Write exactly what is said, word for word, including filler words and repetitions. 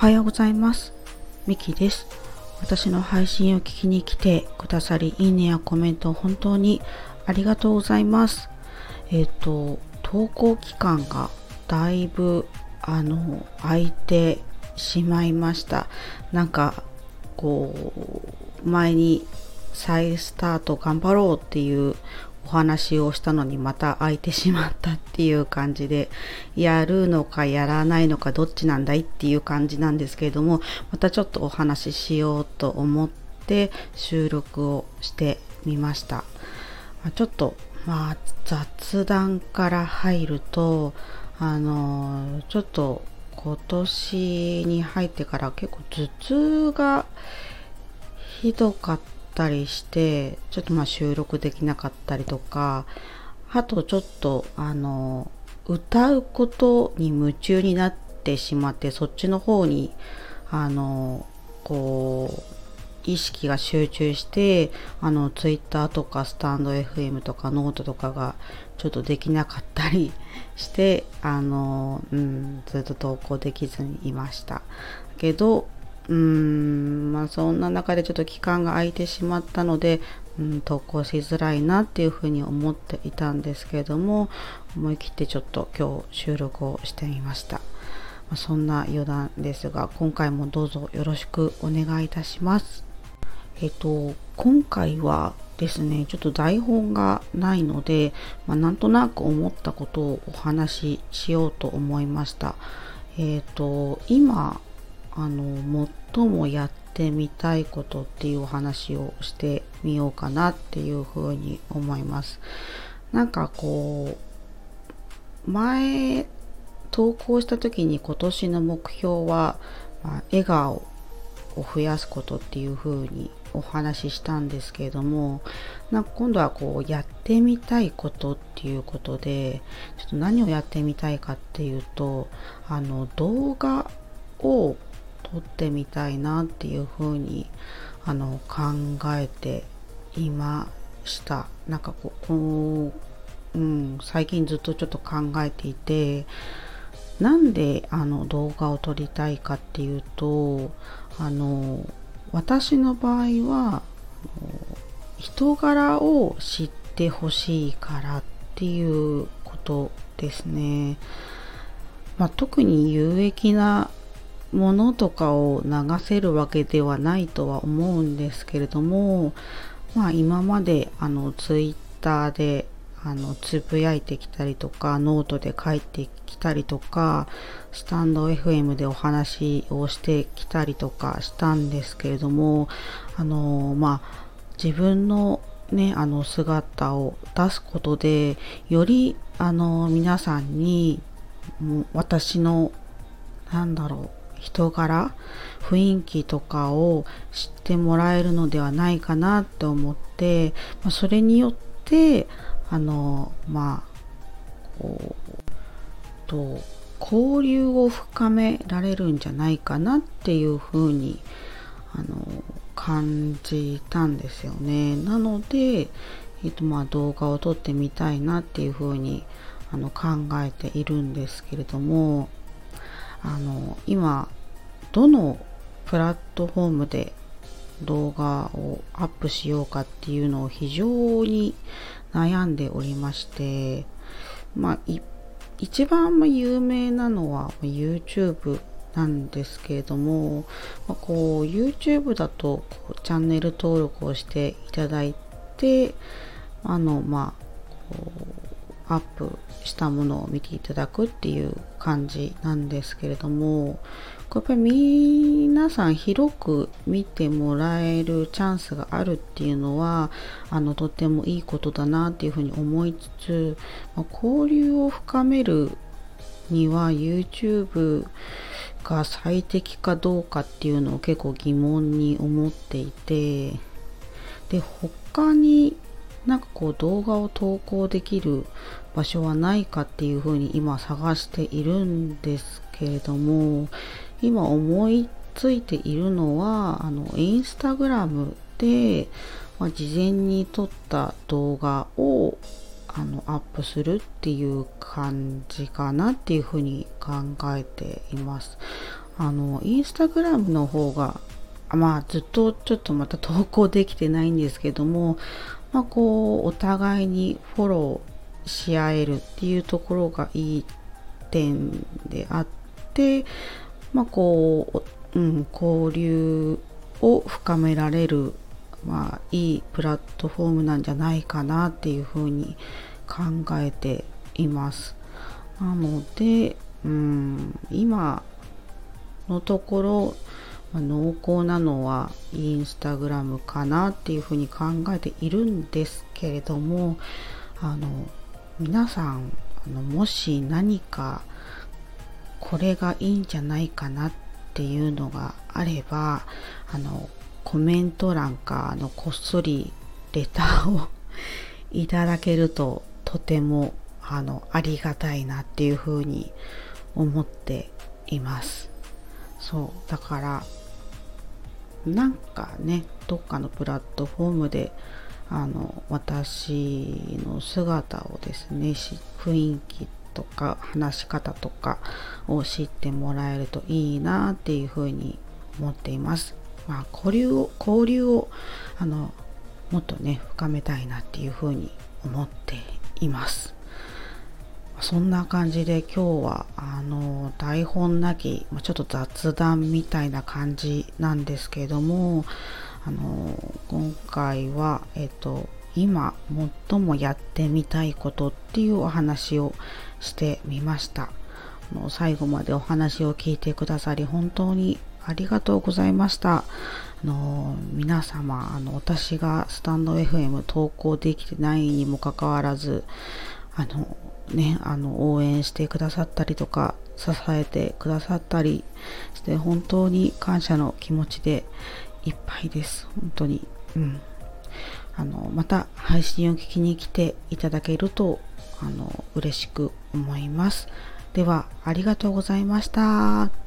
はようございます。ミキです。私の配信を聞きに来てくださり、いいねやコメント本当にありがとうございます。えっと、投稿期間がだいぶあの空いてしまいました。なんかこう前に再スタート頑張ろうっていうお話をしたのにまた空いてしまったっていう感じで、やるのかやらないのかどっちなんだいっていう感じなんですけれども、またちょっとお話ししようと思って収録をしてみました。ちょっとまあ雑談から入ると、あのちょっと今年に入ってから結構頭痛がひどかったりして、ちょっとまあ収録できなかったりとか、あとちょっとあの歌うことに夢中になってしまって、そっちの方にあのこう意識が集中して、あのツイッターとかスタンド エフエム とかノートとかがちょっとできなかったりして、あの、うん、ずっと投稿できずにいましたけど、うーんまあそんな中でちょっと期間が空いてしまったので、うん、投稿しづらいなっていうふうに思っていたんですけれども、思い切ってちょっと今日収録をしてみました。まあ、そんな余談ですが、今回もどうぞよろしくお願いいたします。えっと今回はですね、ちょっと台本がないので、まあ、なんとなく思ったことをお話ししようと思いました。えっと今あの最もやってみたいことっていうお話をしてみようかなっていうふうに思います。なんかこう前投稿した時に今年の目標は、まあ、笑顔を増やすことっていうふうにお話ししたんですけれども、なんか今度はこうやってみたいことっていうことで、ちょっと何をやってみたいかっていうと、あの動画を撮ってみたいなっていうふうにあの考えていました。なんかこう、こう、うん、最近ずっとちょっと考えていて、なんであの動画を撮りたいかっていうと、あの私の場合は人柄を知ってほしいからっていうことですね。まあ、特に有益なものとかを流せるわけではないとは思うんですけれども、まあ今まであのツイッターであのつぶやいてきたりとか、ノートで書いてきたりとか、スタンド エフエム でお話をしてきたりとかしたんですけれども、あのまあ自分のねあの姿を出すことで、よりあの皆さんにもう私のなんだろう人柄、雰囲気とかを知ってもらえるのではないかなと思って、まあ、それによってあのまあこうと交流を深められるんじゃないかなっていうふうにあの感じたんですよね。なので、えっとまあ動画を撮ってみたいなっていうふうにあの考えているんですけれども、あの今どのプラットフォームで動画をアップしようかっていうのを非常に悩んでおりまして、まあ一番有名なのは YouTube なんですけれども、まあ、こう YouTube だとこうチャンネル登録をしていただいて、あのまあこうアップしたものを見ていただくっていう感じなんですけれども、やっぱり皆さん広く見てもらえるチャンスがあるっていうのはあのとてもいいことだなっていうふうに思いつつ、まあ、交流を深めるには YouTube が最適かどうかっていうのを結構疑問に思っていて、で他になんかこう動画を投稿できる場所はないかっていうふうに今探しているんですけれども、今思いついているのはあのインスタグラムで、まあ、事前に撮った動画をあのアップするっていう感じかなっていうふうに考えています。 あのインスタグラムの方がまあずっとちょっとまた投稿できてないんですけども、まあこうお互いにフォローし合えるっていうところがいい点であって、まあこう、うん、交流を深められる、まあいいプラットフォームなんじゃないかなっていうふうに考えています。なので、うん、今のところ濃厚なのはインスタグラムかなっていうふうに考えているんですけれども、あの皆さんあのもし何かこれがいいんじゃないかなっていうのがあれば、あのコメント欄かあのこっそりレターをいただけるととてもあのありがたいなっていうふうに思っています。そうだからなんかね、どっかのプラットフォームであの私の姿をですね、雰囲気とか話し方とかを知ってもらえるといいなっていうふうに思っています。まあ交流を交流をあのもっとね深めたいなっていうふうに思っています。そんな感じで今日はあの台本なきちょっと雑談みたいな感じなんですけれども、あの今回はえっと今最もやってみたいことっていうお話をしてみました。あの最後までお話を聞いてくださり本当にありがとうございました。あの皆様あの私がスタンド エフエム 投稿できてないにもかかわらずあのね、あの応援してくださったりとか支えてくださったりして本当に感謝の気持ちでいっぱいです。本当に、うん、あのまた配信を聞きに来ていただけるとあの嬉しく思います。ではありがとうございました。